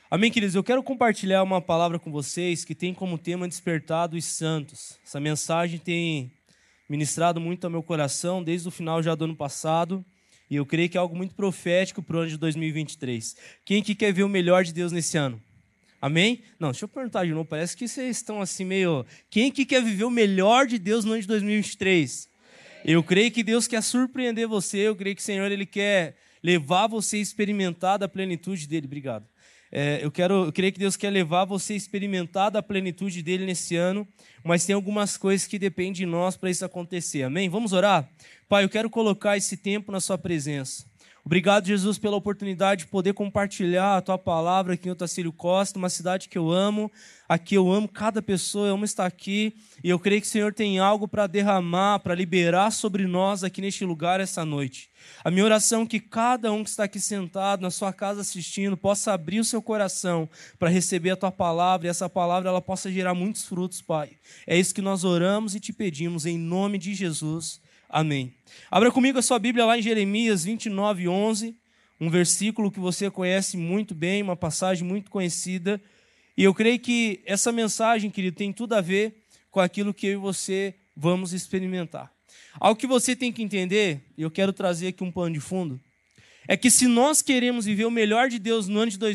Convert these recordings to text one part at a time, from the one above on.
Amém, queridos? Eu quero compartilhar uma palavra com vocês que tem como tema Despertar dos Santos. Essa mensagem tem ministrado muito ao meu coração desde o final já do ano passado e eu creio que é algo muito profético para o ano de 2023. Quem que quer ver o melhor de Deus nesse ano? Amém? Não, deixa eu perguntar de novo, parece que vocês estão assim meio... Quem que quer viver o melhor de Deus no ano de 2023? Eu creio que Deus quer surpreender você, eu creio que o Senhor ele quer levar você a experimentar da plenitude dele. Obrigado. Eu creio que Deus quer levar você a experimentar da plenitude dele nesse ano, mas tem algumas coisas que dependem de nós para isso acontecer. Amém? Vamos orar? Pai, eu quero colocar esse tempo na sua presença. Obrigado, Jesus, pela oportunidade de poder compartilhar a Tua palavra aqui em Otacílio Costa, uma cidade que eu amo. Aqui eu amo cada pessoa, eu amo estar aqui. E eu creio que o Senhor tem algo para derramar, para liberar sobre nós aqui neste lugar essa noite. A minha oração é que cada um que está aqui sentado na sua casa assistindo possa abrir o seu coração para receber a Tua palavra e essa palavra ela possa gerar muitos frutos, Pai. É isso que nós oramos e te pedimos em nome de Jesus. Amém. Abra comigo a sua Bíblia lá em Jeremias 29:11, um versículo que você conhece muito bem, uma passagem muito conhecida. E eu creio que essa mensagem, querido, tem tudo a ver com aquilo que eu e você vamos experimentar. Algo que você tem que entender, e eu quero trazer aqui um pano de fundo, é que se nós queremos viver o melhor de Deus no ano de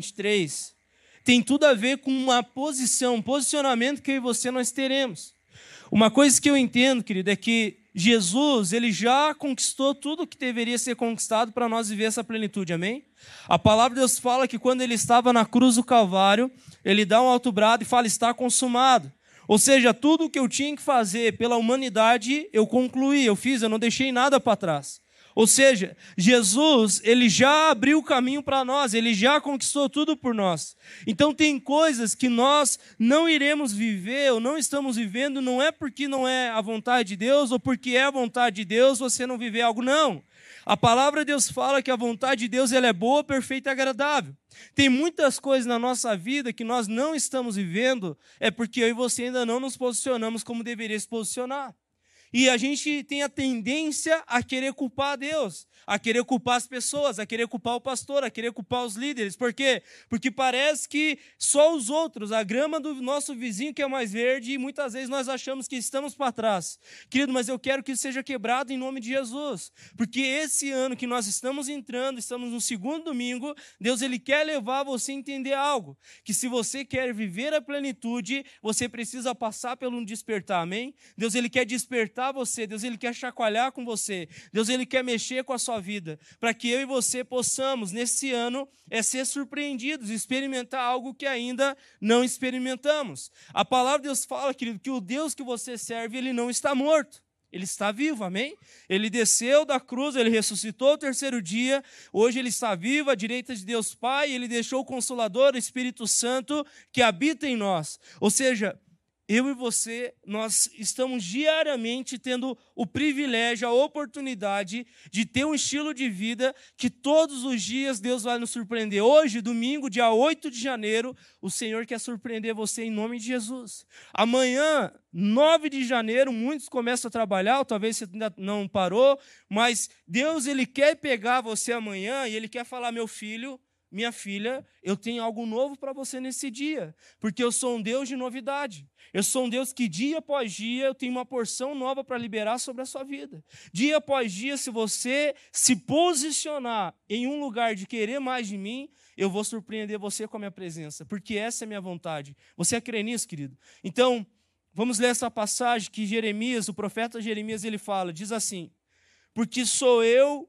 2023, tem tudo a ver com uma posição, um posicionamento que eu e você nós teremos. Uma coisa que eu entendo, querido, é que Jesus, ele já conquistou tudo o que deveria ser conquistado para nós viver essa plenitude, amém? A palavra de Deus fala que quando ele estava na cruz do Calvário, ele dá um alto brado e fala, está consumado. Ou seja, tudo o que eu tinha que fazer pela humanidade, eu concluí, eu fiz, eu não deixei nada para trás. Ou seja, Jesus, ele já abriu o caminho para nós, ele já conquistou tudo por nós. Então tem coisas que nós não iremos viver ou não estamos vivendo, não é porque não é a vontade de Deus ou porque é a vontade de Deus você não viver algo, não. A palavra de Deus fala que a vontade de Deus ela é boa, perfeita e agradável. Tem muitas coisas na nossa vida que nós não estamos vivendo, é porque eu e você ainda não nos posicionamos como deveria se posicionar. E a gente tem a tendência a querer culpar a Deus, a querer culpar as pessoas, a querer culpar o pastor, a querer culpar os líderes. Por quê? Porque parece que só os outros, a grama do nosso vizinho que é mais verde, e muitas vezes nós achamos que estamos para trás. Querido, mas eu quero que isso seja quebrado em nome de Jesus. Porque esse ano que nós estamos entrando, estamos no segundo domingo, Deus ele quer levar você a entender algo. Que se você quer viver a plenitude, você precisa passar pelo um despertar, amém? Deus ele quer despertar você, Deus ele quer chacoalhar com você, Deus ele quer mexer com a sua vida, para que eu e você possamos nesse ano ser surpreendidos, experimentar algo que ainda não experimentamos. A palavra de Deus fala, querido, que o Deus que você serve, ele não está morto. Ele está vivo, amém? Ele desceu da cruz, ele ressuscitou ao terceiro dia, hoje ele está vivo à direita de Deus Pai, ele deixou o Consolador, o Espírito Santo, que habita em nós. Ou seja, eu e você, nós estamos diariamente tendo o privilégio, a oportunidade de ter um estilo de vida que todos os dias Deus vai nos surpreender. Hoje, domingo, dia 8 de janeiro, o Senhor quer surpreender você em nome de Jesus. Amanhã, 9 de janeiro, muitos começam a trabalhar, ou talvez você ainda não parou, mas Deus ele quer pegar você amanhã e ele quer falar, meu filho, minha filha, eu tenho algo novo para você nesse dia, porque eu sou um Deus de novidade. Eu sou um Deus que dia após dia eu tenho uma porção nova para liberar sobre a sua vida. Dia após dia, se você se posicionar em um lugar de querer mais de mim, eu vou surpreender você com a minha presença, porque essa é a minha vontade. Você crê nisso, querido? Então, vamos ler essa passagem que Jeremias, o profeta Jeremias, ele fala, diz assim, porque sou eu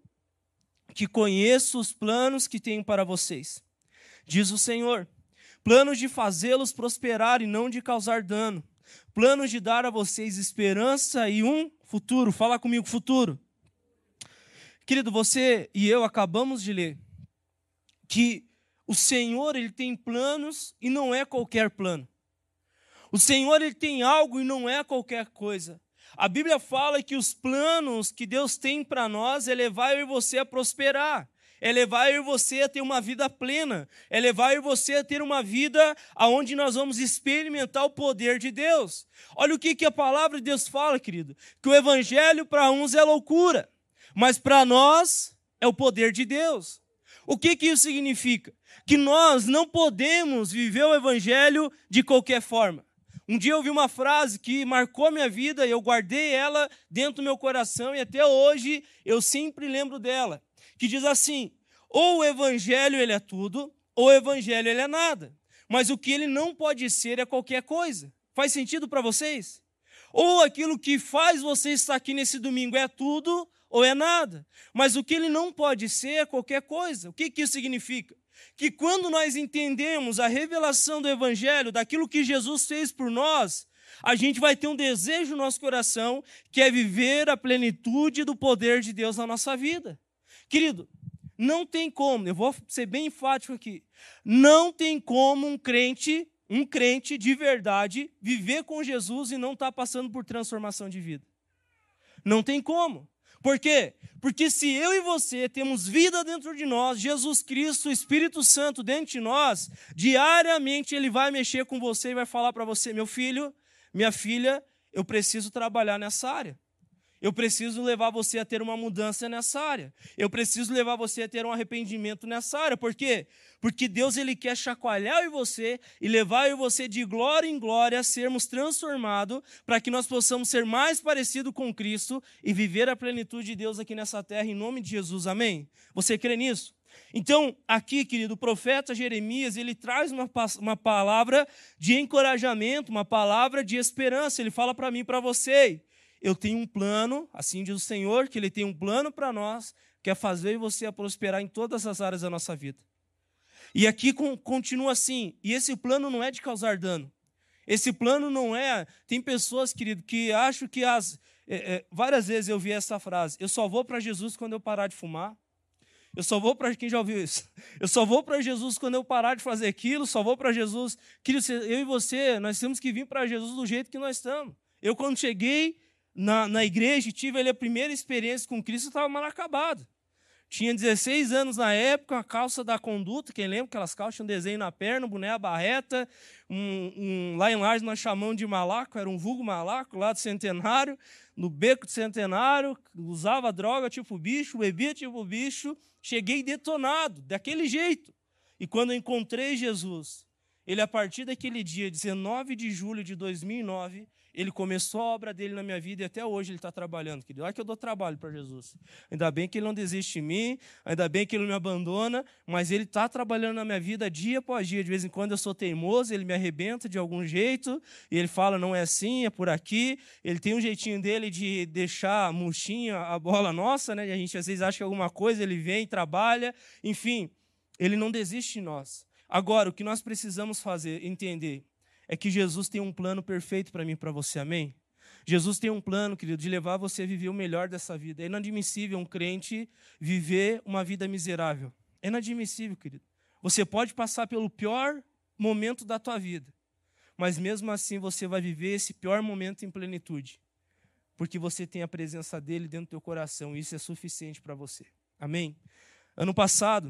que conheço os planos que tenho para vocês, diz o Senhor, planos de fazê-los prosperar e não de causar dano, planos de dar a vocês esperança e um futuro. Fala comigo, futuro. Querido, você e eu acabamos de ler que o Senhor ele tem planos e não é qualquer plano. O Senhor ele tem algo e não é qualquer coisa. A Bíblia fala que os planos que Deus tem para nós é levar eu e você a prosperar, é levar eu e você a ter uma vida plena, é levar eu e você a ter uma vida onde nós vamos experimentar o poder de Deus. Olha o que a palavra de Deus fala, querido, que o evangelho para uns é loucura, mas para nós é o poder de Deus. O que isso significa? Que nós não podemos viver o evangelho de qualquer forma. Um dia eu ouvi uma frase que marcou a minha vida e eu guardei ela dentro do meu coração e até hoje eu sempre lembro dela, que diz assim: ou o evangelho ele é tudo, ou o evangelho ele é nada. Mas o que ele não pode ser é qualquer coisa. Faz sentido para vocês? Ou aquilo que faz você estar aqui nesse domingo é tudo ou é nada. Mas o que ele não pode ser é qualquer coisa. O que isso significa? Que quando nós entendemos a revelação do evangelho, daquilo que Jesus fez por nós, a gente vai ter um desejo no nosso coração, que é viver a plenitude do poder de Deus na nossa vida. Querido, não tem como, eu vou ser bem enfático aqui, não tem como um crente de verdade viver com Jesus e não estar passando por transformação de vida. Não tem como. Por quê? Porque se eu e você temos vida dentro de nós, Jesus Cristo, o Espírito Santo dentro de nós, diariamente Ele vai mexer com você e vai falar para você: meu filho, minha filha, eu preciso trabalhar nessa área. Eu preciso levar você a ter uma mudança nessa área. Eu preciso levar você a ter um arrependimento nessa área. Por quê? Porque Deus ele quer chacoalhar eu e você e levar eu e você de glória em glória a sermos transformados para que nós possamos ser mais parecidos com Cristo e viver a plenitude de Deus aqui nessa terra, em nome de Jesus. Amém? Você crê nisso? Então, aqui, querido, o profeta Jeremias, ele traz uma palavra de encorajamento, uma palavra de esperança. Ele fala para mim e para você: eu tenho um plano, assim diz o Senhor, que Ele tem um plano para nós, que é fazer você a prosperar em todas as áreas da nossa vida. E aqui continua assim, e esse plano não é de causar dano. Esse plano não é... Tem pessoas, querido, que acham que várias vezes eu vi essa frase: eu só vou para Jesus quando eu parar de fumar. Eu só vou para... Quem já ouviu isso? Eu só vou para Jesus quando eu parar de fazer aquilo, só vou para Jesus... Querido, eu e você, nós temos que vir para Jesus do jeito que nós estamos. Eu, quando cheguei na igreja e tive ali a primeira experiência com Cristo, eu estava mal acabado. Tinha 16 anos na época, a calça da Conduta, quem lembra? Aquelas calças tinham um desenho na perna, boné à barreta, lá em Lages nós chamamos de malaco, era um vulgo malaco, lá do Centenário, no beco do Centenário, usava droga tipo bicho, bebia tipo bicho, cheguei detonado, daquele jeito. E quando eu encontrei Jesus, ele, a partir daquele dia, 19 de julho de 2009, ele começou a obra dele na minha vida e até hoje ele está trabalhando. Olha que eu dou trabalho para Jesus. Ainda bem que ele não desiste de mim, ainda bem que ele não me abandona, mas ele está trabalhando na minha vida dia após dia. De vez em quando eu sou teimoso, ele me arrebenta de algum jeito, e ele fala: não é assim, é por aqui. Ele tem um jeitinho dele de deixar murchinha a bola nossa, né? A gente às vezes acha que alguma coisa, ele vem, trabalha, enfim, ele não desiste de nós. Agora, o que nós precisamos entender, é que Jesus tem um plano perfeito para mim e para você, amém? Jesus tem um plano, querido, de levar você a viver o melhor dessa vida. É inadmissível um crente viver uma vida miserável. É inadmissível, querido. Você pode passar pelo pior momento da tua vida, mas mesmo assim você vai viver esse pior momento em plenitude, porque você tem a presença dele dentro do teu coração, e isso é suficiente para você, amém? Ano passado,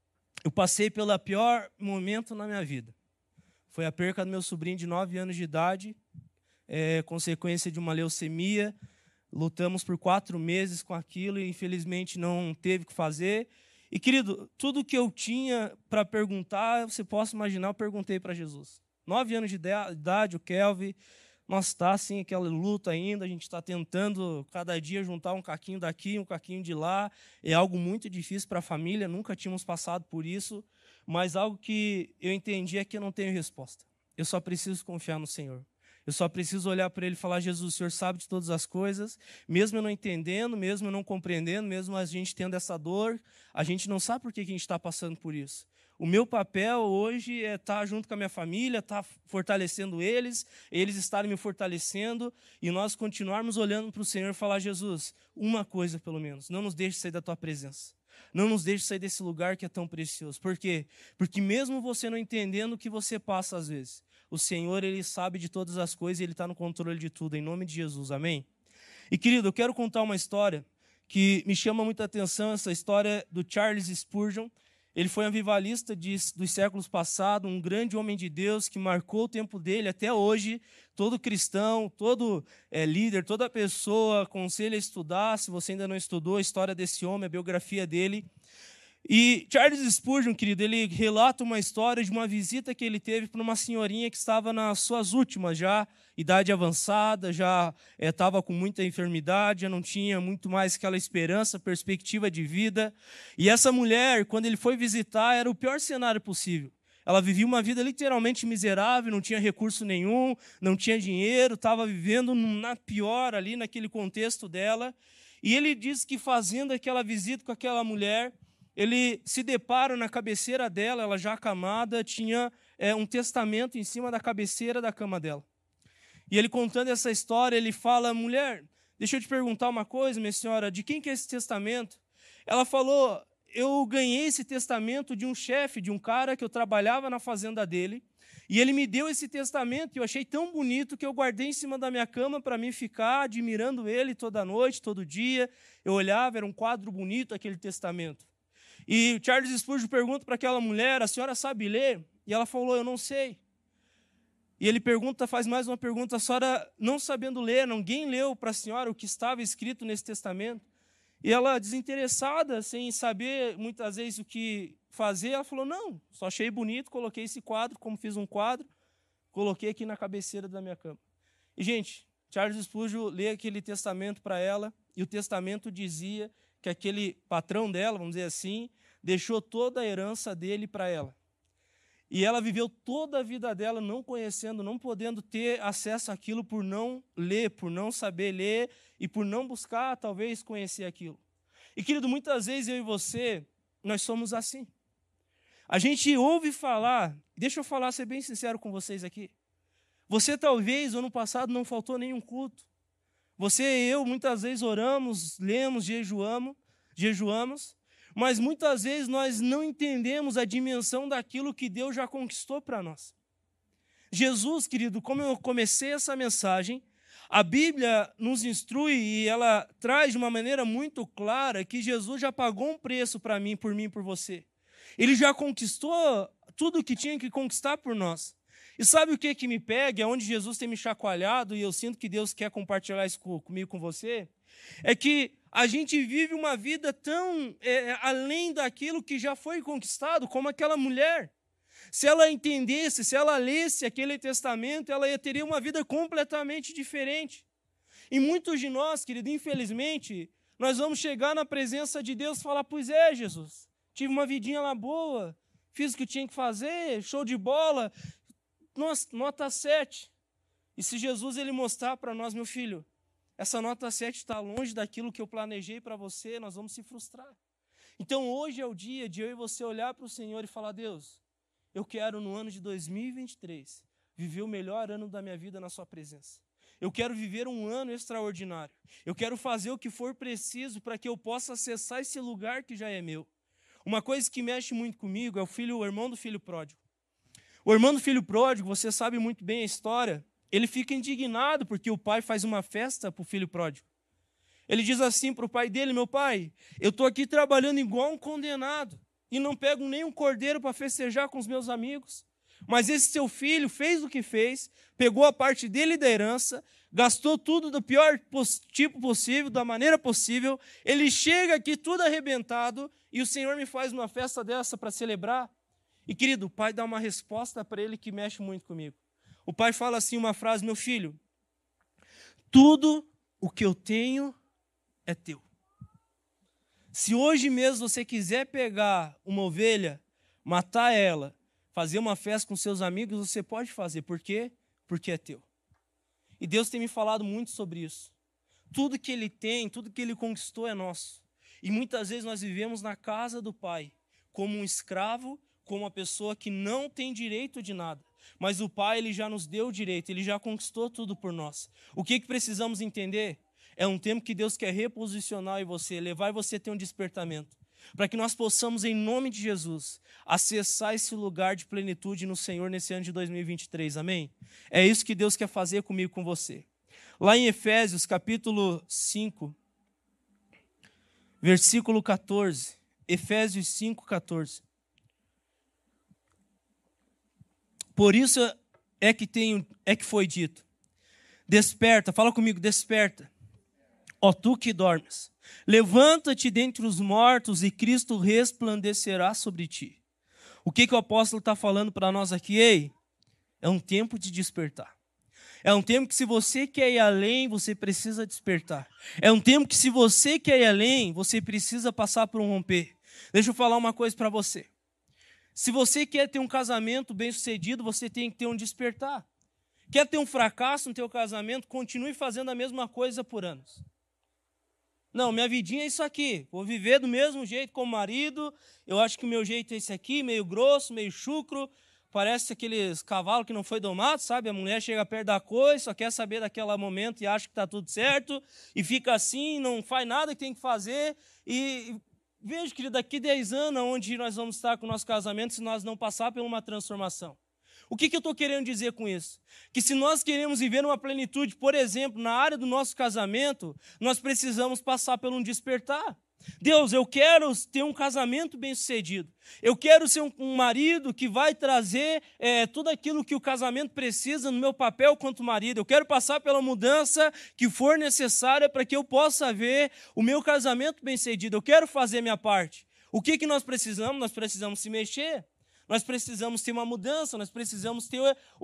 eu passei pelo pior momento na minha vida. Foi a perca do meu sobrinho de 9 anos de idade, consequência de uma leucemia. Lutamos por 4 meses com aquilo e, infelizmente, não teve o que fazer. E, querido, tudo que eu tinha para perguntar, você possa imaginar, eu perguntei para Jesus. 9 anos de idade, o Kelvin, nós está assim, aquela luta ainda, a gente está tentando cada dia juntar um caquinho daqui, um caquinho de lá. É algo muito difícil para a família, nunca tínhamos passado por isso. Mas algo que eu entendi é que eu não tenho resposta. Eu só preciso confiar no Senhor. Eu só preciso olhar para Ele e falar: Jesus, o Senhor sabe de todas as coisas, mesmo eu não entendendo, mesmo eu não compreendendo, mesmo a gente tendo essa dor, a gente não sabe por que a gente está passando por isso. O meu papel hoje é estar junto com a minha família, estar fortalecendo eles estarem me fortalecendo, e nós continuarmos olhando para o Senhor e falar: Jesus, uma coisa pelo menos, não nos deixe sair da Tua presença. Não nos deixe sair desse lugar que é tão precioso. Por quê? Porque mesmo você não entendendo o que você passa às vezes, o Senhor, Ele sabe de todas as coisas e Ele está no controle de tudo, em nome de Jesus, amém? E, querido, eu quero contar uma história que me chama muita atenção, essa história do Charles Spurgeon. Ele foi um avivalista dos séculos passados, um grande homem de Deus que marcou o tempo dele. Até hoje, todo cristão, todo líder, toda pessoa aconselha a estudar. Se você ainda não estudou a história desse homem, a biografia dele. E Charles Spurgeon, querido, ele relata uma história de uma visita que ele teve para uma senhorinha que estava nas suas últimas já, idade avançada, já estava com muita enfermidade, já não tinha muito mais aquela esperança, perspectiva de vida. E essa mulher, quando ele foi visitar, era o pior cenário possível. Ela vivia uma vida literalmente miserável, não tinha recurso nenhum, não tinha dinheiro, estava vivendo na pior ali, naquele contexto dela. E ele diz que fazendo aquela visita com aquela mulher, ele se depara na cabeceira dela, ela já acamada, tinha um testamento em cima da cabeceira da cama dela. E ele contando essa história, ele fala: mulher, deixa eu te perguntar uma coisa, minha senhora, de quem que é esse testamento? Ela falou: eu ganhei esse testamento de um chefe, de um cara que eu trabalhava na fazenda dele, e ele me deu esse testamento, e eu achei tão bonito que eu guardei em cima da minha cama para mim ficar admirando ele toda noite, todo dia. Eu olhava, era um quadro bonito aquele testamento. E Charles Spurgeon pergunta para aquela mulher: a senhora sabe ler? E ela falou: eu não sei. E ele faz mais uma pergunta: a senhora, não sabendo ler, ninguém leu para a senhora o que estava escrito nesse testamento? E ela, desinteressada, sem saber muitas vezes o que fazer, ela falou: não, só achei bonito, coloquei esse quadro, como fiz um quadro, coloquei aqui na cabeceira da minha cama. E, gente, Charles Spurgeon lê aquele testamento para ela, e o testamento dizia que aquele patrão dela, vamos dizer assim, deixou toda a herança dele para ela. E ela viveu toda a vida dela não conhecendo, não podendo ter acesso àquilo por não ler, por não saber ler e por não buscar, talvez, conhecer aquilo. E, querido, muitas vezes eu e você, nós somos assim. A gente ouve falar, deixa eu falar, ser bem sincero com vocês aqui. Você talvez, ano passado, não faltou nenhum culto. Você e eu, muitas vezes, oramos, lemos, jejuamos, mas muitas vezes nós não entendemos a dimensão daquilo que Deus já conquistou para nós. Jesus, querido, como eu comecei essa mensagem, a Bíblia nos instrui e ela traz de uma maneira muito clara que Jesus já pagou um preço para mim, por você. Ele já conquistou tudo o que tinha que conquistar por nós. E sabe o que me pega? É onde Jesus tem me chacoalhado, e eu sinto que Deus quer compartilhar isso comigo, com você. É que a gente vive uma vida tão além daquilo que já foi conquistado, como aquela mulher. Se ela entendesse, se ela lesse aquele testamento, ela teria uma vida completamente diferente. E muitos de nós, querido, infelizmente, nós vamos chegar na presença de Deus e falar: pois é, Jesus, tive uma vidinha lá boa, fiz o que tinha que fazer, show de bola, nota 7. E se Jesus ele mostrar para nós: meu filho, essa nota 7 está longe daquilo que eu planejei para você, nós vamos se frustrar. Então hoje é o dia de eu e você olhar para o Senhor e falar: Deus, eu quero no ano de 2023 viver o melhor ano da minha vida na sua presença. Eu quero viver um ano extraordinário. Eu quero fazer o que for preciso para que eu possa acessar esse lugar que já é meu. Uma coisa que mexe muito comigo é o irmão do filho pródigo. O irmão do filho pródigo, você sabe muito bem a história, ele fica indignado porque o pai faz uma festa para o filho pródigo. Ele diz assim para o pai dele: meu pai, eu estou aqui trabalhando igual um condenado e não pego nem um cordeiro para festejar com os meus amigos. Mas esse seu filho fez o que fez, pegou a parte dele da herança, gastou tudo do pior tipo possível, da maneira possível. Ele chega aqui tudo arrebentado e o Senhor me faz uma festa dessa para celebrar. E, querido, o pai dá uma resposta para ele que mexe muito comigo. O pai fala assim uma frase: meu filho, tudo o que eu tenho é teu. Se hoje mesmo você quiser pegar uma ovelha, matar ela, fazer uma festa com seus amigos, você pode fazer. Por quê? Porque é teu. E Deus tem me falado muito sobre isso. Tudo que Ele tem, tudo que Ele conquistou é nosso. E muitas vezes nós vivemos na casa do Pai, como um escravo, como uma pessoa que não tem direito de nada. Mas o Pai, Ele já nos deu o direito, Ele já conquistou tudo por nós. O que precisamos entender? É um tempo que Deus quer reposicionar em você, levar você a ter um despertamento, para que nós possamos, em nome de Jesus, acessar esse lugar de plenitude no Senhor nesse ano de 2023, amém? É isso que Deus quer fazer comigo, com você. Lá em Efésios, capítulo 5, versículo 14, Efésios 5, 14. Por isso é que foi dito: desperta, fala comigo, desperta. Ó tu que dormes, levanta-te dentre os mortos e Cristo resplandecerá sobre ti. O que o apóstolo está falando para nós aqui? Ei, é um tempo de despertar. É um tempo que se você quer ir além, você precisa despertar. É um tempo que se você quer ir além, você precisa passar por um romper. Deixa eu falar uma coisa para você. Se você quer ter um casamento bem-sucedido, você tem que ter um despertar. Quer ter um fracasso no teu casamento, continue fazendo a mesma coisa por anos. Não, minha vidinha é isso aqui. Vou viver do mesmo jeito como marido. Eu acho que o meu jeito é esse aqui, meio grosso, meio chucro. Parece aqueles cavalos que não foi domado, sabe? A mulher chega perto da coisa, só quer saber daquele momento e acha que está tudo certo. E fica assim, não faz nada que tem que fazer. E veja, querido, daqui 10 anos, onde nós vamos estar com o nosso casamento se nós não passar por uma transformação? O que eu estou querendo dizer com isso? Que se nós queremos viver uma plenitude, por exemplo, na área do nosso casamento, nós precisamos passar por um despertar. Deus, eu quero ter um casamento bem-sucedido. Eu quero ser um marido que vai trazer tudo aquilo que o casamento precisa no meu papel quanto marido. Eu quero passar pela mudança que for necessária para que eu possa ver o meu casamento bem-sucedido. Eu quero fazer minha parte. O que nós precisamos? Nós precisamos se mexer. Nós precisamos ter uma mudança, nós precisamos ter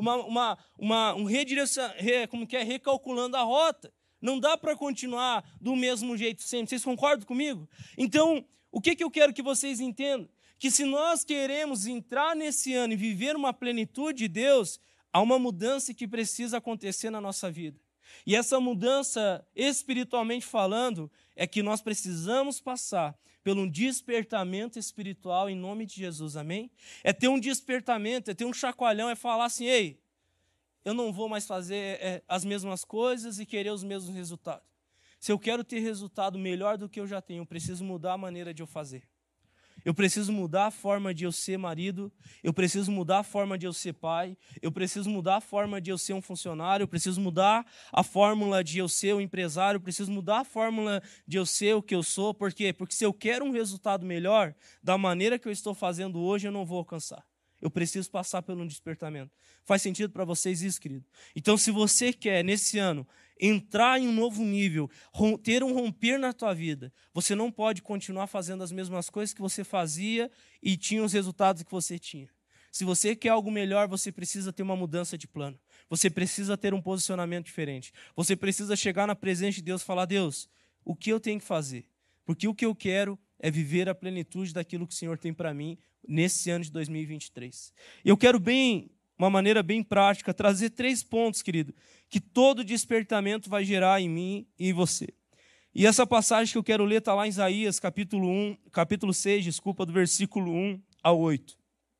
recalculando a rota. Não dá para continuar do mesmo jeito sempre. Vocês concordam comigo? Então, o que eu quero que vocês entendam? Que se nós queremos entrar nesse ano e viver uma plenitude de Deus, há uma mudança que precisa acontecer na nossa vida. E essa mudança, espiritualmente falando, é que nós precisamos passar por um despertamento espiritual em nome de Jesus, amém? É ter um despertamento, é ter um chacoalhão, é falar assim, ei, eu não vou mais fazer as mesmas coisas e querer os mesmos resultados. Se eu quero ter resultado melhor do que eu já tenho, eu preciso mudar a maneira de eu fazer. Eu preciso mudar a forma de eu ser marido, eu preciso mudar a forma de eu ser pai, eu preciso mudar a forma de eu ser um funcionário, eu preciso mudar a fórmula de eu ser um empresário, eu preciso mudar a fórmula de eu ser o que eu sou. Por quê? Porque se eu quero um resultado melhor, da maneira que eu estou fazendo hoje, eu não vou alcançar. Eu preciso passar por um despertamento. Faz sentido para vocês isso, querido? Então, se você quer, nesse ano, entrar em um novo nível, ter um romper na tua vida, você não pode continuar fazendo as mesmas coisas que você fazia e tinha os resultados que você tinha. Se você quer algo melhor, você precisa ter uma mudança de plano. Você precisa ter um posicionamento diferente. Você precisa chegar na presença de Deus e falar, Deus, o que eu tenho que fazer? Porque o que eu quero é viver a plenitude daquilo que o Senhor tem para mim nesse ano de 2023. E eu quero uma maneira bem prática, trazer 3 pontos, querido, que todo despertamento vai gerar em mim e em você. E essa passagem que eu quero ler está lá em Isaías, capítulo 6, do versículo 1 ao 8.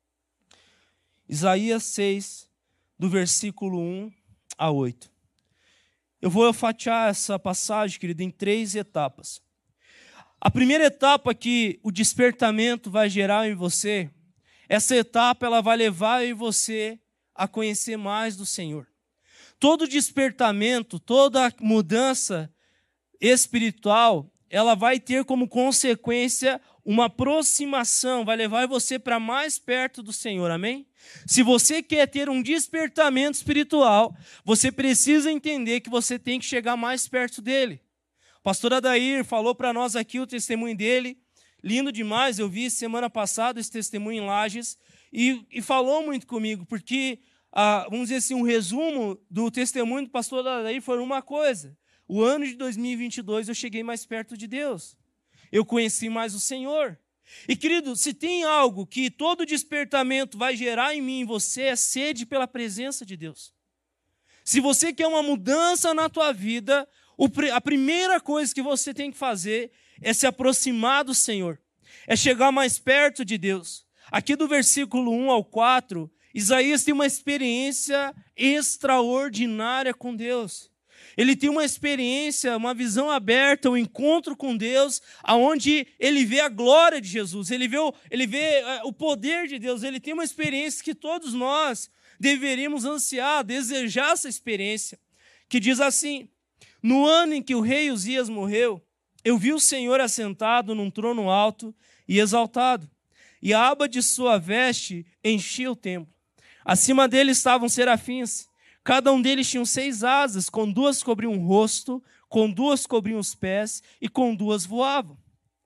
Isaías 6, do versículo 1 a 8. Eu vou fatiar essa passagem, querido, em 3 etapas. A primeira etapa que o despertamento vai gerar em você, essa etapa ela vai levar em você a conhecer mais do Senhor. Todo despertamento, toda mudança espiritual, ela vai ter como consequência uma aproximação, vai levar você para mais perto do Senhor, amém? Se você quer ter um despertamento espiritual, você precisa entender que você tem que chegar mais perto dele. O pastor Adair falou para nós aqui o testemunho dele, lindo demais, eu vi semana passada esse testemunho em Lages, e falou muito comigo, porque, vamos dizer assim, um resumo do testemunho do pastor Adair foi uma coisa: o ano de 2022 eu cheguei mais perto de Deus, eu conheci mais o Senhor. E querido, se tem algo que todo despertamento vai gerar em mim e em você, é sede pela presença de Deus. Se você quer uma mudança na tua vida, a primeira coisa que você tem que fazer é se aproximar do Senhor, é chegar mais perto de Deus. Aqui do versículo 1 ao 4, Isaías tem uma experiência extraordinária com Deus. Ele tem uma experiência, uma visão aberta, um encontro com Deus, aonde ele vê a glória de Jesus, ele vê o poder de Deus, ele tem uma experiência que todos nós deveríamos ansiar, desejar essa experiência, que diz assim: no ano em que o rei Uzias morreu, eu vi o Senhor assentado num trono alto e exaltado, e a aba de sua veste enchia o templo. Acima dele estavam serafins. Cada um deles tinha 6 asas, com 2 cobriam o rosto, com 2 cobriam os pés e com 2 voavam.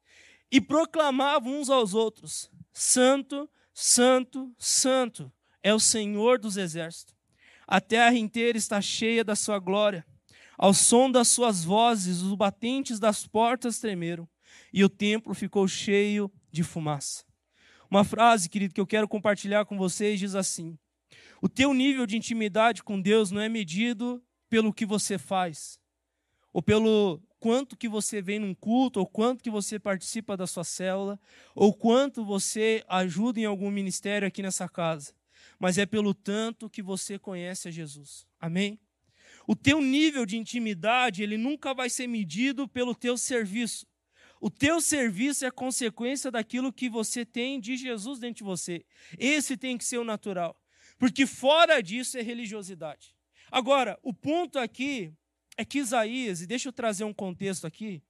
E proclamavam uns aos outros: Santo, Santo, Santo é o Senhor dos exércitos. A terra inteira está cheia da sua glória. Ao som das suas vozes, os batentes das portas tremeram, e o templo ficou cheio de fumaça. Uma frase, querido, que eu quero compartilhar com vocês diz assim: o teu nível de intimidade com Deus não é medido pelo que você faz, ou pelo quanto que você vem num culto, ou quanto que você participa da sua célula, ou quanto você ajuda em algum ministério aqui nessa casa, mas é pelo tanto que você conhece a Jesus. Amém? O teu nível de intimidade, ele nunca vai ser medido pelo teu serviço. O teu serviço é consequência daquilo que você tem de Jesus dentro de você. Esse tem que ser o natural, porque fora disso é religiosidade. Agora, o ponto aqui é que Isaías, e deixa eu trazer um contexto aqui.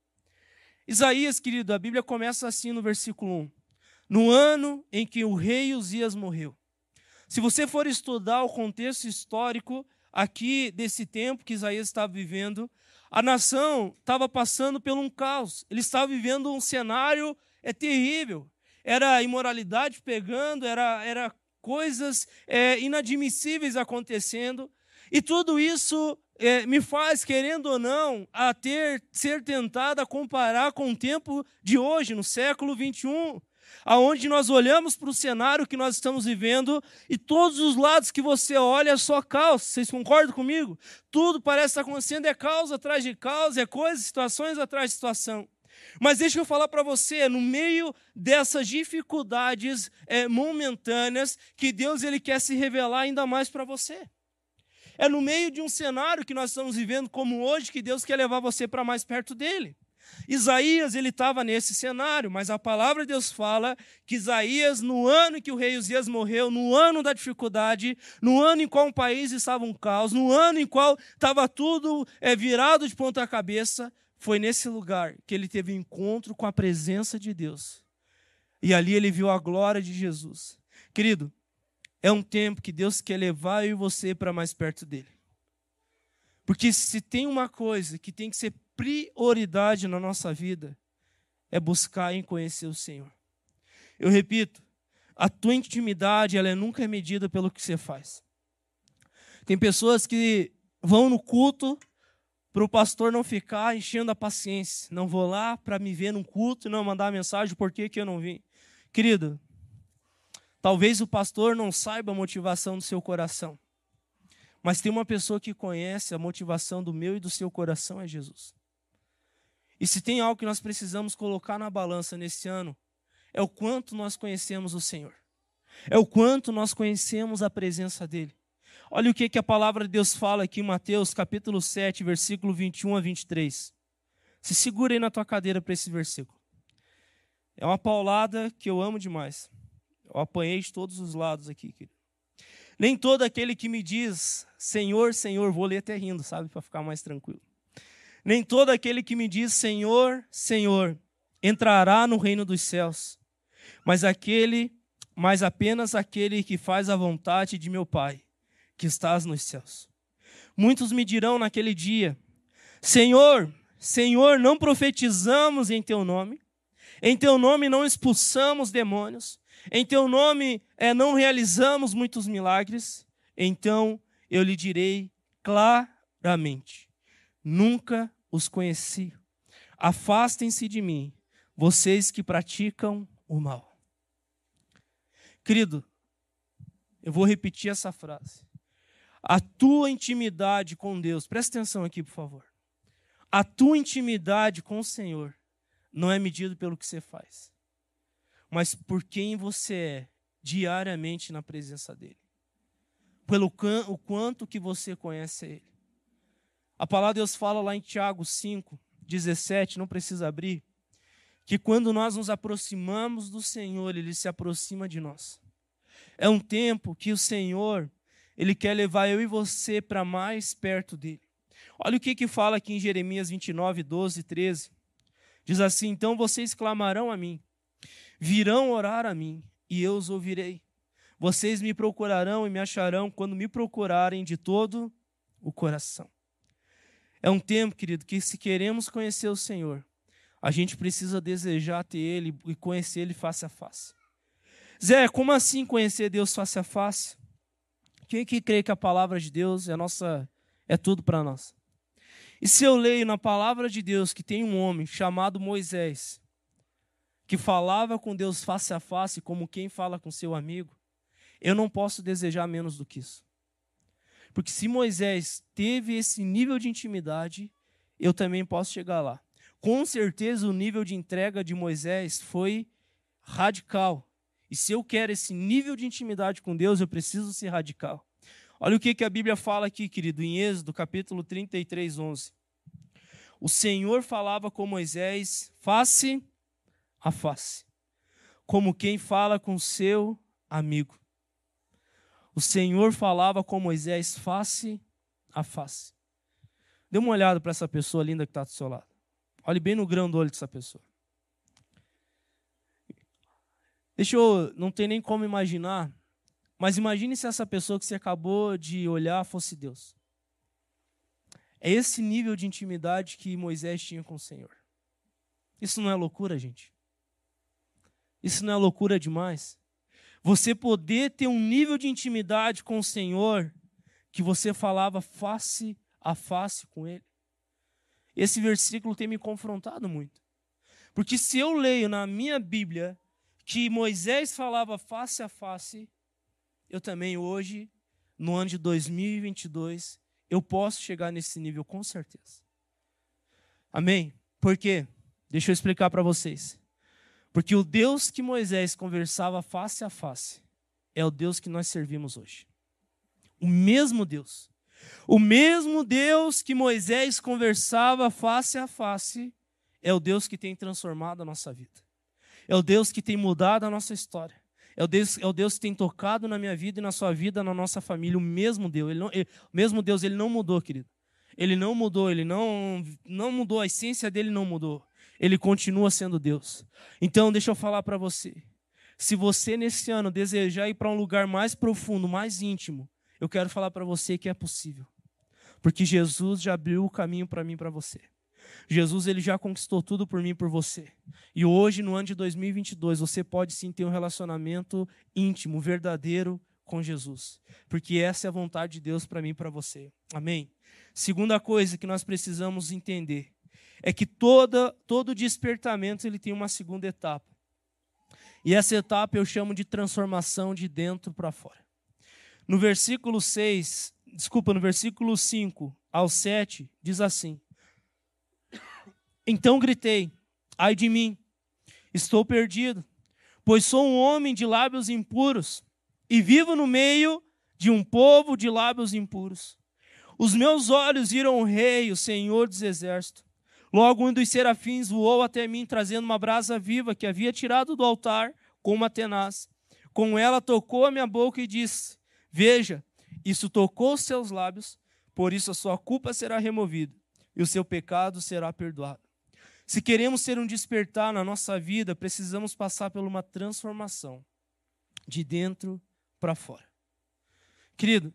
Isaías, querido, a Bíblia começa assim no versículo 1. No ano em que o rei Uzias morreu. Se você for estudar o contexto histórico aqui desse tempo que Isaías estava vivendo, a nação estava passando por um caos. Ele estava vivendo um cenário terrível. Era imoralidade pegando, era coisas inadmissíveis acontecendo. E tudo isso me faz, querendo ou não, ser tentado a comparar com o tempo de hoje, no século 21, aonde nós olhamos para o cenário que nós estamos vivendo e todos os lados que você olha é só caos. Vocês concordam comigo? Tudo parece estar acontecendo, é caos atrás de caos, é coisas, situações atrás de situação. Mas deixa eu falar para você, no meio dessas dificuldades momentâneas, que Deus ele quer se revelar ainda mais para você. É no meio de um cenário que nós estamos vivendo como hoje que Deus quer levar você para mais perto dele. Isaías, ele estava nesse cenário, mas a palavra de Deus fala que Isaías, no ano em que o rei Uzias morreu, no ano da dificuldade, no ano em qual o país estava um caos, no ano em qual estava tudo virado de ponta cabeça, foi nesse lugar que ele teve um encontro com a presença de Deus. E ali ele viu a glória de Jesus. Querido, é um tempo que Deus quer levar eu e você para mais perto dele. Porque se tem uma coisa que tem que ser prioridade na nossa vida, é buscar em conhecer o Senhor. Eu repito, a tua intimidade ela nunca é medida pelo que você faz. Tem pessoas que vão no culto para o pastor não ficar enchendo a paciência. Não vou lá para me ver num culto e não mandar mensagem por que eu não vim. Querido, talvez o pastor não saiba a motivação do seu coração, mas tem uma pessoa que conhece a motivação do meu e do seu coração, é Jesus. E se tem algo que nós precisamos colocar na balança nesse ano, é o quanto nós conhecemos o Senhor. É o quanto nós conhecemos a presença dEle. Olha o que a palavra de Deus fala aqui em Mateus, capítulo 7, versículo 21 a 23. Se segura aí na tua cadeira para esse versículo. É uma paulada que eu amo demais. Eu apanhei de todos os lados aqui, querido. Nem todo aquele que me diz, Senhor, Senhor, vou ler até rindo, sabe, para ficar mais tranquilo. Nem todo aquele que me diz, Senhor, Senhor, entrará no reino dos céus, mas apenas aquele que faz a vontade de meu Pai, que estás nos céus. Muitos me dirão naquele dia, Senhor, Senhor, não profetizamos em teu nome não expulsamos demônios, em teu nome não realizamos muitos milagres. Então eu lhe direi claramente, nunca os conheci. Afastem-se de mim, vocês que praticam o mal. Querido, eu vou repetir essa frase. A tua intimidade com Deus, presta atenção aqui, por favor. A tua intimidade com o Senhor não é medido pelo que você faz, mas por quem você é diariamente na presença dEle. Pelo o quanto que você conhece Ele. A palavra de Deus fala lá em Tiago 5, 17, não precisa abrir, que quando nós nos aproximamos do Senhor, Ele se aproxima de nós. É um tempo que o Senhor, Ele quer levar eu e você para mais perto dEle. Olha o que fala aqui em Jeremias 29, 12 e 13. Diz assim, então vocês clamarão a mim, virão orar a mim, e eu os ouvirei. Vocês me procurarão e me acharão quando me procurarem de todo o coração. É um tempo, querido, que se queremos conhecer o Senhor, a gente precisa desejar ter Ele e conhecer Ele face a face. Zé, como assim conhecer Deus face a face? Quem que crê que a palavra de Deus é tudo para nós? E se eu leio na palavra de Deus que tem um homem chamado Moisés, que falava com Deus face a face como quem fala com seu amigo, eu não posso desejar menos do que isso. Porque se Moisés teve esse nível de intimidade, eu também posso chegar lá. Com certeza o nível de entrega de Moisés foi radical. E se eu quero esse nível de intimidade com Deus, eu preciso ser radical. Olha o que a Bíblia fala aqui, querido, em Êxodo, capítulo 33, 11. O Senhor falava com Moisés face a face, como quem fala com seu amigo. O Senhor falava com Moisés face a face. Dê uma olhada para essa pessoa linda que está do seu lado. Olhe bem no grão do olho dessa pessoa. Não tem nem como imaginar, mas imagine se essa pessoa que você acabou de olhar fosse Deus. É esse nível de intimidade que Moisés tinha com o Senhor. Isso não é loucura, gente? Isso não é loucura demais? Você poder ter um nível de intimidade com o Senhor que você falava face a face com Ele. Esse versículo tem me confrontado muito. Porque se eu leio na minha Bíblia que Moisés falava face a face, eu também hoje, no ano de 2022, eu posso chegar nesse nível com certeza. Amém? Por quê? Deixa eu explicar para vocês. Porque o Deus que Moisés conversava face a face é o Deus que nós servimos hoje. O mesmo Deus. O mesmo Deus que Moisés conversava face a face é o Deus que tem transformado a nossa vida. É o Deus que tem mudado a nossa história. É o Deus que tem tocado na minha vida e na sua vida, na nossa família. O mesmo Deus. O mesmo Deus, Ele não mudou, querido. Ele não mudou, Ele não mudou, a essência dEle não mudou. Ele continua sendo Deus. Então, deixa eu falar para você. Se você, nesse ano, desejar ir para um lugar mais profundo, mais íntimo, eu quero falar para você que é possível. Porque Jesus já abriu o caminho para mim e para você. Jesus, Ele já conquistou tudo por mim e por você. E hoje, no ano de 2022, você pode sim ter um relacionamento íntimo, verdadeiro com Jesus. Porque essa é a vontade de Deus para mim e para você. Amém? Segunda coisa que nós precisamos entender é que todo despertamento ele tem uma segunda etapa. E essa etapa eu chamo de transformação de dentro para fora. No versículo 5 ao 7, diz assim: Então gritei, ai de mim, estou perdido, pois sou um homem de lábios impuros e vivo no meio de um povo de lábios impuros. Os meus olhos viram o Rei, o Senhor dos Exércitos. Logo um dos serafins voou até mim, trazendo uma brasa viva que havia tirado do altar com uma tenaz. Com ela tocou a minha boca e disse: Veja, isso tocou os seus lábios, por isso a sua culpa será removida e o seu pecado será perdoado. Se queremos ter um despertar na nossa vida, precisamos passar por uma transformação de dentro para fora. Querido,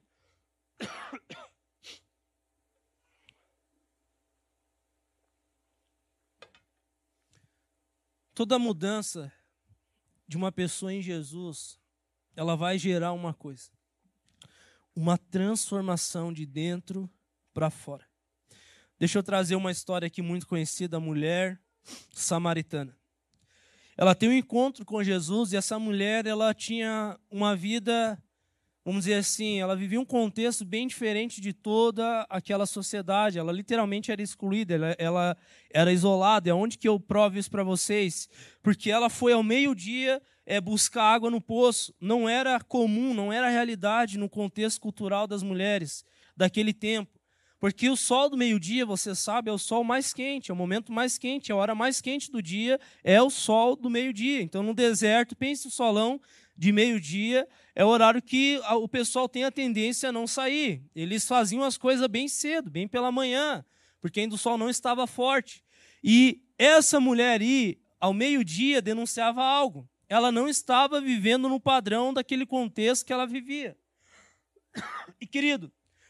toda mudança de uma pessoa em Jesus, ela vai gerar uma coisa: uma transformação de dentro para fora. Deixa eu trazer uma história aqui muito conhecida, a mulher samaritana. Ela tem um encontro com Jesus e essa mulher, ela tinha uma vida, vamos dizer assim, ela vivia um contexto bem diferente de toda aquela sociedade. Ela literalmente era excluída, ela era isolada. É onde que eu provo isso para vocês? Porque ela foi ao meio-dia buscar água no poço. Não era comum, não era realidade no contexto cultural das mulheres daquele tempo. Porque o sol do meio-dia, você sabe, é o sol mais quente, é o momento mais quente, a hora mais quente do dia é o sol do meio-dia. Então, no deserto, pense o solão de meio-dia, é o horário que o pessoal tem a tendência a não sair. Eles faziam as coisas bem cedo, bem pela manhã, porque ainda o sol não estava forte. E essa mulher aí, ao meio-dia, denunciava algo. Ela não estava vivendo no padrão daquele contexto que ela vivia. E, querido,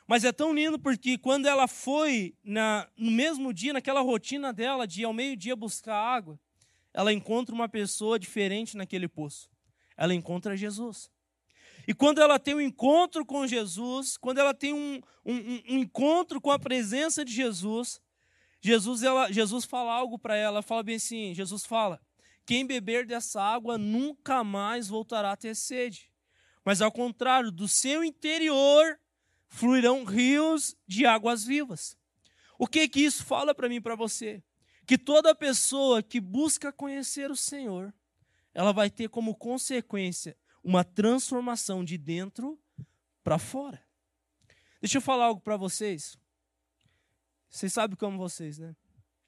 Mas é tão lindo porque quando ela foi, no mesmo dia, naquela rotina dela de ir ao meio-dia buscar água, ela encontra uma pessoa diferente naquele poço. Ela encontra Jesus. E quando ela tem um encontro com Jesus, quando ela tem um encontro com a presença de Jesus, Jesus fala algo para ela, fala bem assim, Jesus fala, quem beber dessa água nunca mais voltará a ter sede. Mas ao contrário, do seu interior fluirão rios de águas vivas. O que isso fala para mim e para você? Que toda pessoa que busca conhecer o Senhor, ela vai ter como consequência uma transformação de dentro para fora. Deixa eu falar algo para vocês. Vocês sabem que eu amo vocês, né?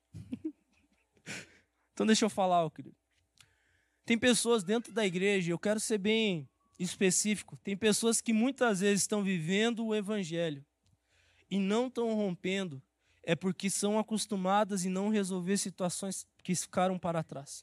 Então deixa eu falar algo, querido. Tem pessoas dentro da igreja, eu quero ser bem específico, tem pessoas que muitas vezes estão vivendo o evangelho e não estão rompendo, é porque são acostumadas em não resolver situações que ficaram para trás.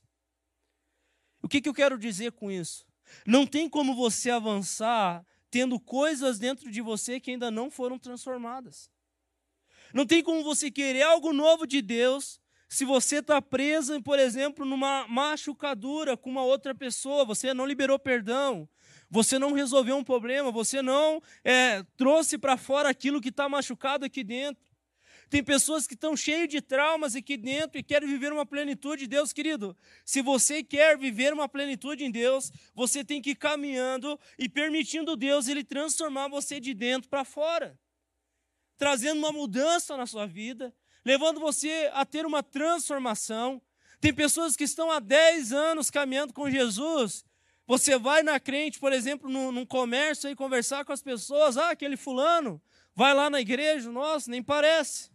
O que eu quero dizer com isso? Não tem como você avançar tendo coisas dentro de você que ainda não foram transformadas. Não tem como você querer algo novo de Deus se você está presa, por exemplo, numa machucadura com uma outra pessoa, você não liberou perdão, você não resolveu um problema, você não trouxe para fora aquilo que está machucado aqui dentro. Tem pessoas que estão cheias de traumas aqui dentro e querem viver uma plenitude de Deus, querido. Se você quer viver uma plenitude em Deus, você tem que ir caminhando e permitindo Deus Ele transformar você de dentro para fora, trazendo uma mudança na sua vida, levando você a ter uma transformação. Tem pessoas que estão há 10 anos caminhando com Jesus. Você vai na crente, por exemplo, num comércio aí conversar com as pessoas, aquele fulano, vai lá na igreja, nossa, nem parece.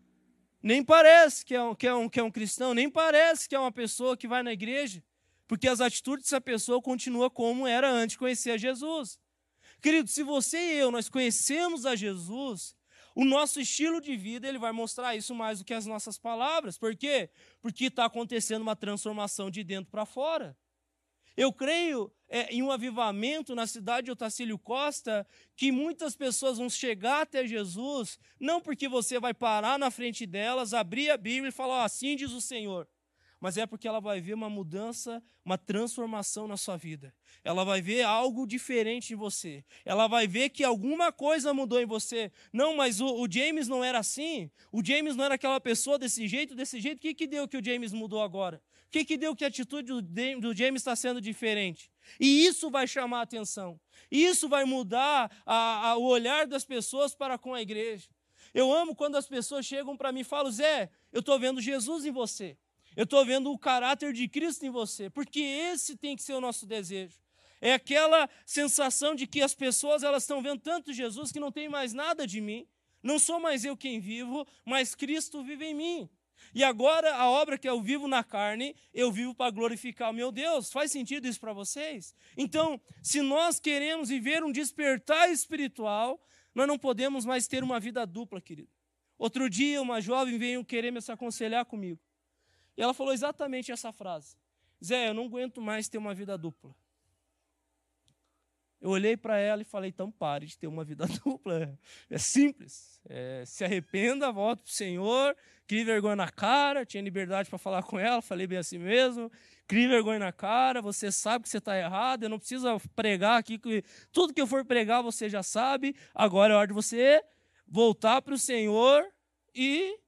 Nem parece que é um cristão, nem parece que é uma pessoa que vai na igreja, porque as atitudes dessa pessoa continuam como era antes de conhecer a Jesus. Querido, se você e eu, nós conhecemos a Jesus, o nosso estilo de vida ele vai mostrar isso mais do que as nossas palavras. Por quê? Porque está acontecendo uma transformação de dentro para fora. Eu creio em um avivamento na cidade de Otacílio Costa, que muitas pessoas vão chegar até Jesus, não porque você vai parar na frente delas, abrir a Bíblia e falar, assim diz o Senhor, mas é porque ela vai ver uma mudança, uma transformação na sua vida. Ela vai ver algo diferente em você. Ela vai ver que alguma coisa mudou em você. Não, mas o James não era assim. O James não era aquela pessoa desse jeito. O que deu que o James mudou agora? O que deu que a atitude do James está sendo diferente? E isso vai chamar a atenção. Isso vai mudar o olhar das pessoas para com a igreja. Eu amo quando as pessoas chegam para mim e falam, Zé, eu estou vendo Jesus em você. Eu estou vendo o caráter de Cristo em você, porque esse tem que ser o nosso desejo. É aquela sensação de que as pessoas elas estão vendo tanto Jesus que não tem mais nada de mim. Não sou mais eu quem vivo, mas Cristo vive em mim. E agora a obra que eu vivo na carne, eu vivo para glorificar o meu Deus. Faz sentido isso para vocês? Então, se nós queremos viver um despertar espiritual, nós não podemos mais ter uma vida dupla, querido. Outro dia, uma jovem veio querer me aconselhar comigo. E ela falou exatamente essa frase. Zé, eu não aguento mais ter uma vida dupla. Eu olhei para ela e falei, então pare de ter uma vida dupla. É simples. Se arrependa, volta para o Senhor, crie vergonha na cara. Tinha liberdade para falar com ela, falei bem assim mesmo. Crie vergonha na cara, você sabe que você está errado, eu não preciso pregar aqui, que tudo que eu for pregar você já sabe. Agora é hora de você voltar para o Senhor e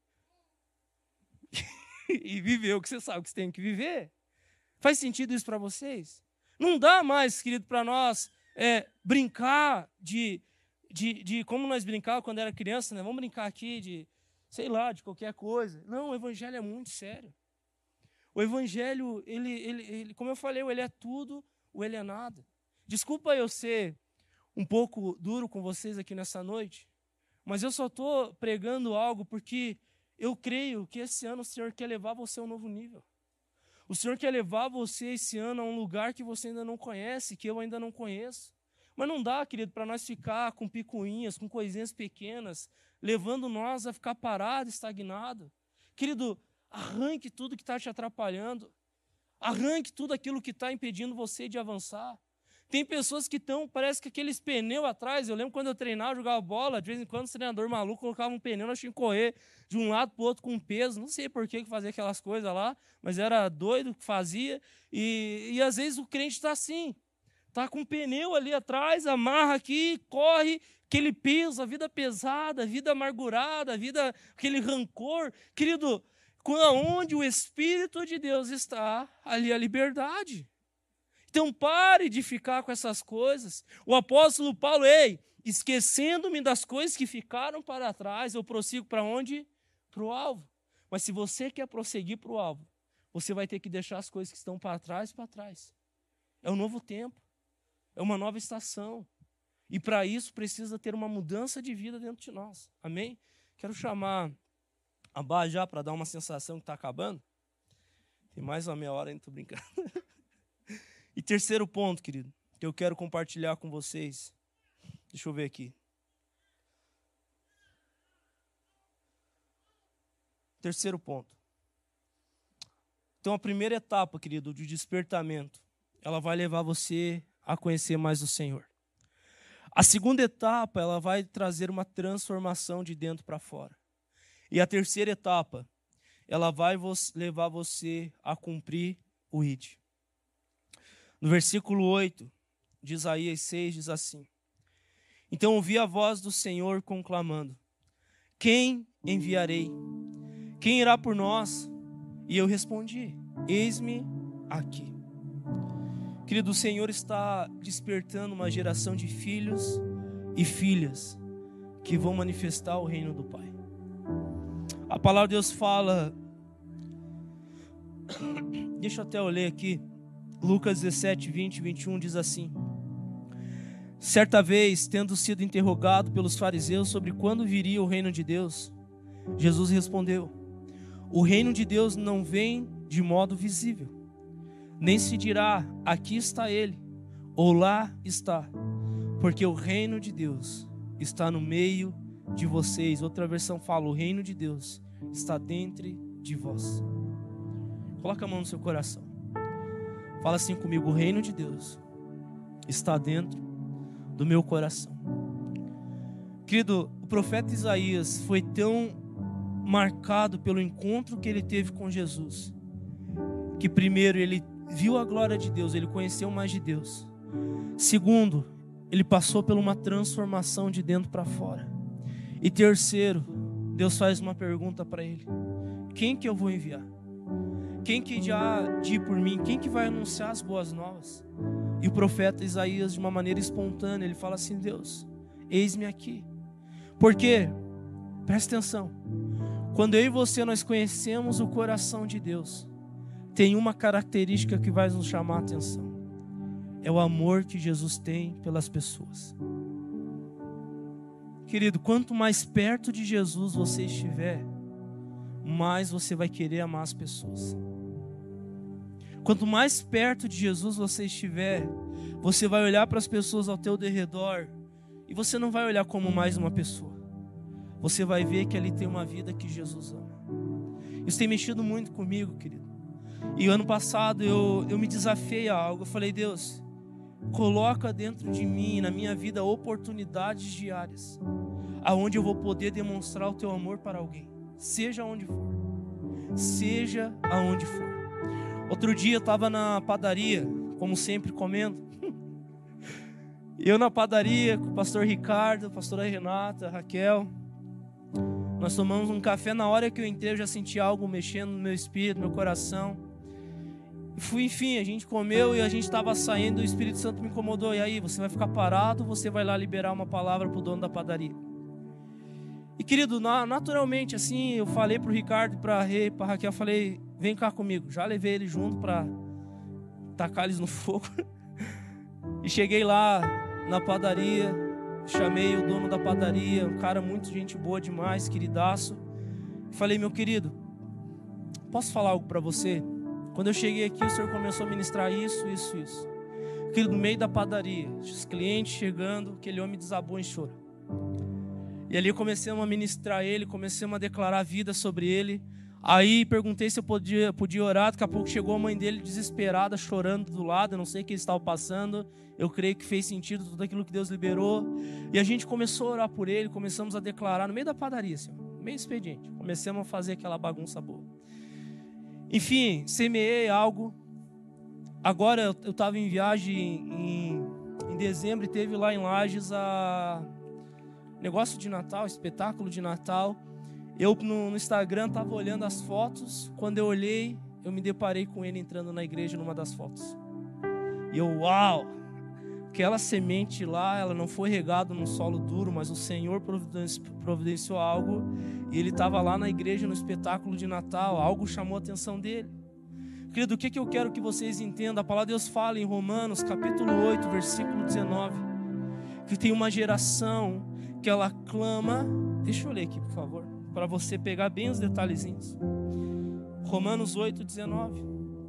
viver o que você sabe que você tem que viver. Faz sentido isso para vocês? Não dá mais, querido, para nós brincar de como nós brincávamos quando era criança, né? Vamos brincar aqui de, sei lá, de qualquer coisa. Não, o evangelho é muito sério. O evangelho, ele, como eu falei, ele é tudo, ou ele é nada. Desculpa eu ser um pouco duro com vocês aqui nessa noite, mas eu só estou pregando algo porque eu creio que esse ano o Senhor quer levar você a um novo nível. O Senhor quer levar você esse ano a um lugar que você ainda não conhece, que eu ainda não conheço. Mas não dá, querido, para nós ficar com picuinhas, com coisinhas pequenas, levando nós a ficar parado, estagnado. Querido, arranque tudo que está te atrapalhando. Arranque tudo aquilo que está impedindo você de avançar. Tem pessoas que estão, parece que aqueles pneus atrás, eu lembro quando eu treinava, jogava bola, de vez em quando o treinador maluco colocava um pneu, nós tínhamos que correr de um lado para o outro com peso, não sei por que fazia aquelas coisas lá, mas era doido que fazia, e às vezes o crente está assim, está com um pneu ali atrás, amarra aqui, corre, aquele peso, a vida pesada, a vida amargurada, a vida, aquele rancor. Querido, onde o Espírito de Deus está, ali a liberdade. Então pare de ficar com essas coisas. O apóstolo Paulo, esquecendo-me das coisas que ficaram para trás, eu prossigo para onde? Para o alvo. Mas se você quer prosseguir para o alvo, você vai ter que deixar as coisas que estão para trás. É um novo tempo, é uma nova estação. E para isso precisa ter uma mudança de vida dentro de nós. Amém? Quero chamar a Bá já para dar uma sensação que está acabando. Tem mais uma meia hora ainda, estou brincando. E terceiro ponto, querido, que eu quero compartilhar com vocês. Deixa eu ver aqui. Terceiro ponto. Então, a primeira etapa, querido, de despertamento, ela vai levar você a conhecer mais o Senhor. A segunda etapa, ela vai trazer uma transformação de dentro para fora. E a terceira etapa, ela vai levar você a cumprir o ID. No versículo 8 de Isaías 6 diz assim: Então ouvi a voz do Senhor conclamando: Quem enviarei? Quem irá por nós? E eu respondi: Eis-me aqui. Querido, o Senhor está despertando uma geração de filhos e filhas que vão manifestar o reino do Pai. A palavra de Deus fala, deixa eu até ler aqui, Lucas 17, 20 e 21 diz assim: Certa vez, tendo sido interrogado pelos fariseus sobre quando viria o reino de Deus, Jesus respondeu: O reino de Deus não vem de modo visível, nem se dirá, aqui está ele, ou lá está, porque o reino de Deus está no meio de vocês. Outra versão fala, o reino de Deus está dentro de vós. Coloca a mão no seu coração. Fala assim comigo, o reino de Deus está dentro do meu coração. Querido, o profeta Isaías foi tão marcado pelo encontro que ele teve com Jesus, que primeiro ele viu a glória de Deus, ele conheceu mais de Deus. Segundo, ele passou por uma transformação de dentro para fora. E terceiro, Deus faz uma pergunta para ele: quem que eu vou enviar? Quem que há de ir por mim? Quem que vai anunciar as boas novas? E o profeta Isaías, de uma maneira espontânea, ele fala assim: Deus, eis-me aqui. Porque, presta atenção, quando eu e você nós conhecemos o coração de Deus, tem uma característica que vai nos chamar a atenção: é o amor que Jesus tem pelas pessoas. Querido, quanto mais perto de Jesus você estiver, mais você vai querer amar as pessoas. Quanto mais perto de Jesus você estiver, você vai olhar para as pessoas ao teu derredor e você não vai olhar como mais uma pessoa. Você vai ver que ali tem uma vida que Jesus ama. Isso tem mexido muito comigo, querido. E ano passado eu me desafiei a algo. Eu falei: Deus, coloca dentro de mim, na minha vida, oportunidades diárias, aonde eu vou poder demonstrar o teu amor para alguém, seja onde for. Seja aonde for. Outro dia eu estava na padaria, como sempre, comendo. Eu na padaria com o pastor Ricardo, a pastora Renata, a Raquel. Nós tomamos um café. Na hora que eu entrei, eu já senti algo mexendo no meu espírito, no meu coração. Enfim, a gente comeu e a gente estava saindo, o Espírito Santo me incomodou. E aí, você vai ficar parado ou você vai lá liberar uma palavra para o dono da padaria? E querido, naturalmente assim, eu falei para o Ricardo e para a Raquel, falei: vem cá comigo. Já levei eles junto para tacar eles no fogo. E cheguei lá na padaria, chamei o dono da padaria, um cara muito gente boa demais, queridaço. Falei: meu querido, posso falar algo para você? Quando eu cheguei aqui, o senhor começou a ministrar isso. Querido, no meio da padaria, os clientes chegando, aquele homem desabou em choro. E ali comecemos a ministrar ele, comecemos a declarar a vida sobre ele. Aí perguntei se eu podia orar. Daqui a pouco chegou a mãe dele desesperada, chorando do lado. Eu não sei o que eles estavam passando. Eu creio que fez sentido tudo aquilo que Deus liberou. E a gente começou a orar por ele. Começamos a declarar no meio da padaria, assim, no meio do expediente. Começamos a fazer aquela bagunça boa. Enfim, semeei algo. Agora eu estava em viagem em dezembro e teve lá em Lages negócio de Natal, espetáculo de Natal. Eu no Instagram estava olhando as fotos. Quando eu olhei, eu me deparei com ele entrando na igreja numa das fotos. E eu, uau! Aquela semente lá, ela não foi regada num solo duro, mas o Senhor providenciou algo. E ele estava lá na igreja no espetáculo de Natal. Algo chamou a atenção dele. Querido, o que eu quero que vocês entendam? A palavra de Deus fala em Romanos, capítulo 8, versículo 19. Que tem uma geração que ela clama. Deixa eu ler aqui, por favor, para você pegar bem os detalhezinhos. Romanos 8, 19.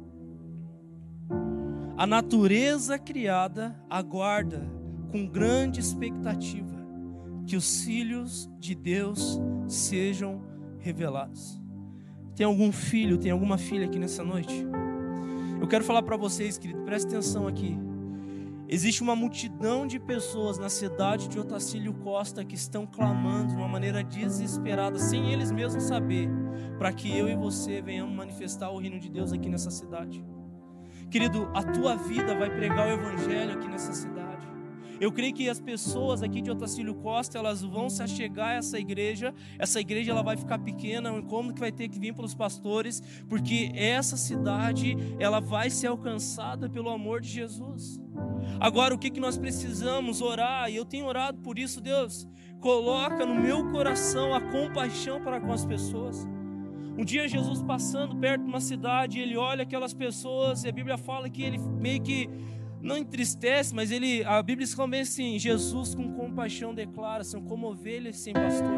A natureza criada aguarda com grande expectativa que os filhos de Deus sejam revelados. Tem algum filho, tem alguma filha aqui nessa noite? Eu quero falar para vocês, querido, preste atenção aqui. Existe uma multidão de pessoas na cidade de Otacílio Costa que estão clamando de uma maneira desesperada, sem eles mesmos saber, para que eu e você venhamos manifestar o reino de Deus aqui nessa cidade. Querido, a tua vida vai pregar o evangelho aqui nessa cidade. Eu creio que as pessoas aqui de Otacílio Costa, elas vão se achegar a essa igreja ela vai ficar pequena, um incômodo que vai ter que vir pelos pastores, porque essa cidade, ela vai ser alcançada pelo amor de Jesus. Agora, o que nós precisamos orar, e eu tenho orado por isso, Deus, coloca no meu coração a compaixão para com as pessoas. Um dia Jesus passando perto de uma cidade, ele olha aquelas pessoas, e a Bíblia fala que ele meio que não entristece, mas a Bíblia diz também assim: Jesus com compaixão declara, são como ovelhas sem pastor.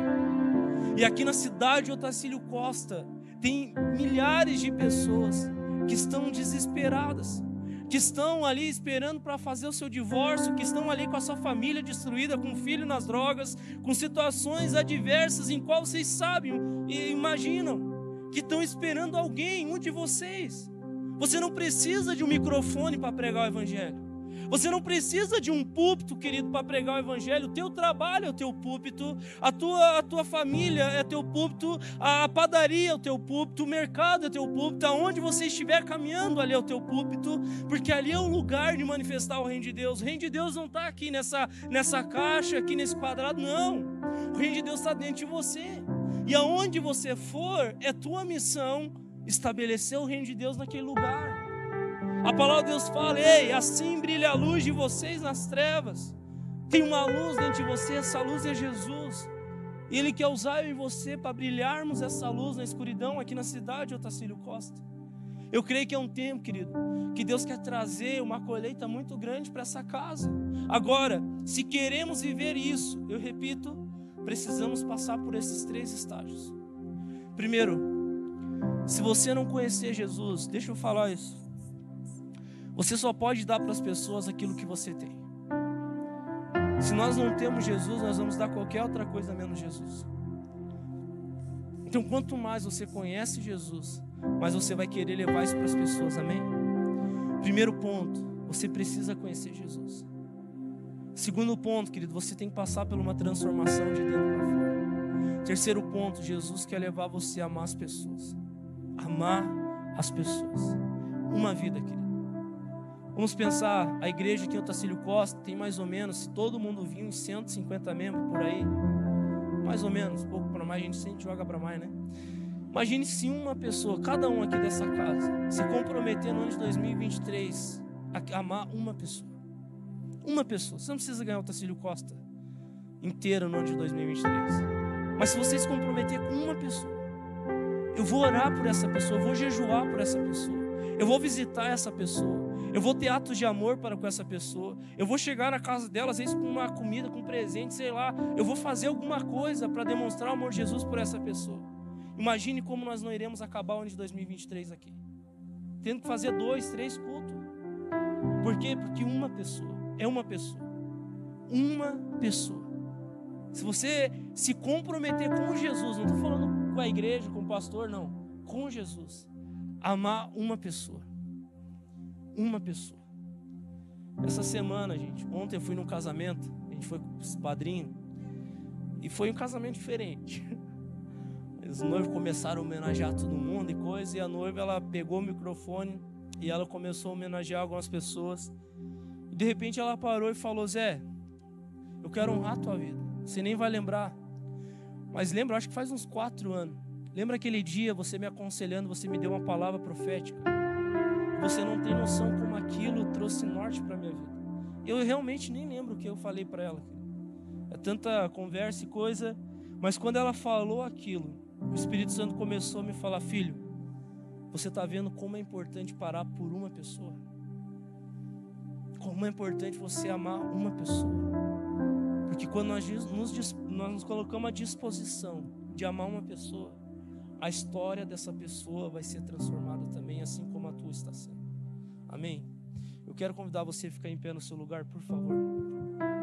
E aqui na cidade de Otacílio Costa tem milhares de pessoas que estão desesperadas, que estão ali esperando para fazer o seu divórcio, que estão ali com a sua família destruída, com o filho nas drogas, com situações adversas em qual vocês sabem e imaginam que estão esperando alguém, um de vocês. Você não precisa de um microfone para pregar o evangelho. Você não precisa de um púlpito, querido, para pregar o evangelho. O teu trabalho é o teu púlpito, a tua família é teu púlpito, a padaria é o teu púlpito, o mercado é o teu púlpito, aonde você estiver caminhando ali é o teu púlpito, porque ali é um lugar de manifestar o reino de Deus. O reino de Deus não está aqui nessa caixa, aqui nesse quadrado, não. O reino de Deus está dentro de você. E aonde você for, é tua missão estabelecer o reino de Deus naquele lugar. A palavra de Deus fala: ei, assim brilha a luz de vocês nas trevas. Tem uma luz dentro de você, essa luz é Jesus. E Ele quer usar eu e você para brilharmos essa luz na escuridão aqui na cidade de Otacílio Costa. Eu creio que é um tempo, querido, que Deus quer trazer uma colheita muito grande para essa casa. Agora, se queremos viver isso, eu repito, precisamos passar por esses 3 estágios. Primeiro, se você não conhecer Jesus, deixa eu falar isso, você só pode dar para as pessoas aquilo que você tem. Se nós não temos Jesus, nós vamos dar qualquer outra coisa menos Jesus. Então, quanto mais você conhece Jesus, mais você vai querer levar isso para as pessoas, amém? Primeiro ponto, você precisa conhecer Jesus. Segundo ponto, querido, você tem que passar por uma transformação de dentro para fora. Terceiro ponto, Jesus quer levar você a amar as pessoas. Amar as pessoas. Uma vida, querido. Vamos pensar, a igreja aqui em Otacílio Costa tem mais ou menos, se todo mundo vir, uns 150 membros por aí. Mais ou menos, pouco para mais, a gente joga para mais, né? Imagine se uma pessoa, cada um aqui dessa casa, se comprometer no ano de 2023 a amar uma pessoa. Uma pessoa. Você não precisa ganhar o Otacílio Costa inteiro no ano de 2023. Mas se você se comprometer com uma pessoa, eu vou orar por essa pessoa, eu vou jejuar por essa pessoa, eu vou visitar essa pessoa, eu vou ter atos de amor para com essa pessoa, eu vou chegar na casa dela, às vezes com uma comida, com um presente, sei lá, eu vou fazer alguma coisa para demonstrar o amor de Jesus por essa pessoa. Imagine como nós não iremos acabar o ano de 2023 aqui, tendo que fazer 2, 3 cultos. Por quê? Porque uma pessoa. É uma pessoa. Uma pessoa. Se você se comprometer com Jesus, não estou falando com a igreja, com o pastor, não. com Jesus, amar uma pessoa. Uma pessoa. Essa semana, gente, ontem eu fui num casamento, a gente foi com os padrinhos, e foi um casamento diferente. Os noivos começaram a homenagear todo mundo e coisa, e a noiva, ela pegou o microfone e ela começou a homenagear algumas pessoas. E de repente ela parou e falou: Zé, eu quero honrar a tua vida. Você nem vai lembrar, mas lembra, acho que faz uns 4 anos. Lembra aquele dia você me aconselhando, você me deu uma palavra profética? Você não tem noção como aquilo trouxe norte para minha vida. Eu realmente nem lembro o que eu falei para ela. É tanta conversa e coisa, mas quando ela falou aquilo, o Espírito Santo começou a me falar: filho, você está vendo como é importante parar por uma pessoa? Como é importante você amar uma pessoa? Porque quando nós nos colocamos à disposição de amar uma pessoa, a história dessa pessoa vai ser transformada também, assim como a tua está sendo. Amém? Eu quero convidar você a ficar em pé no seu lugar, por favor.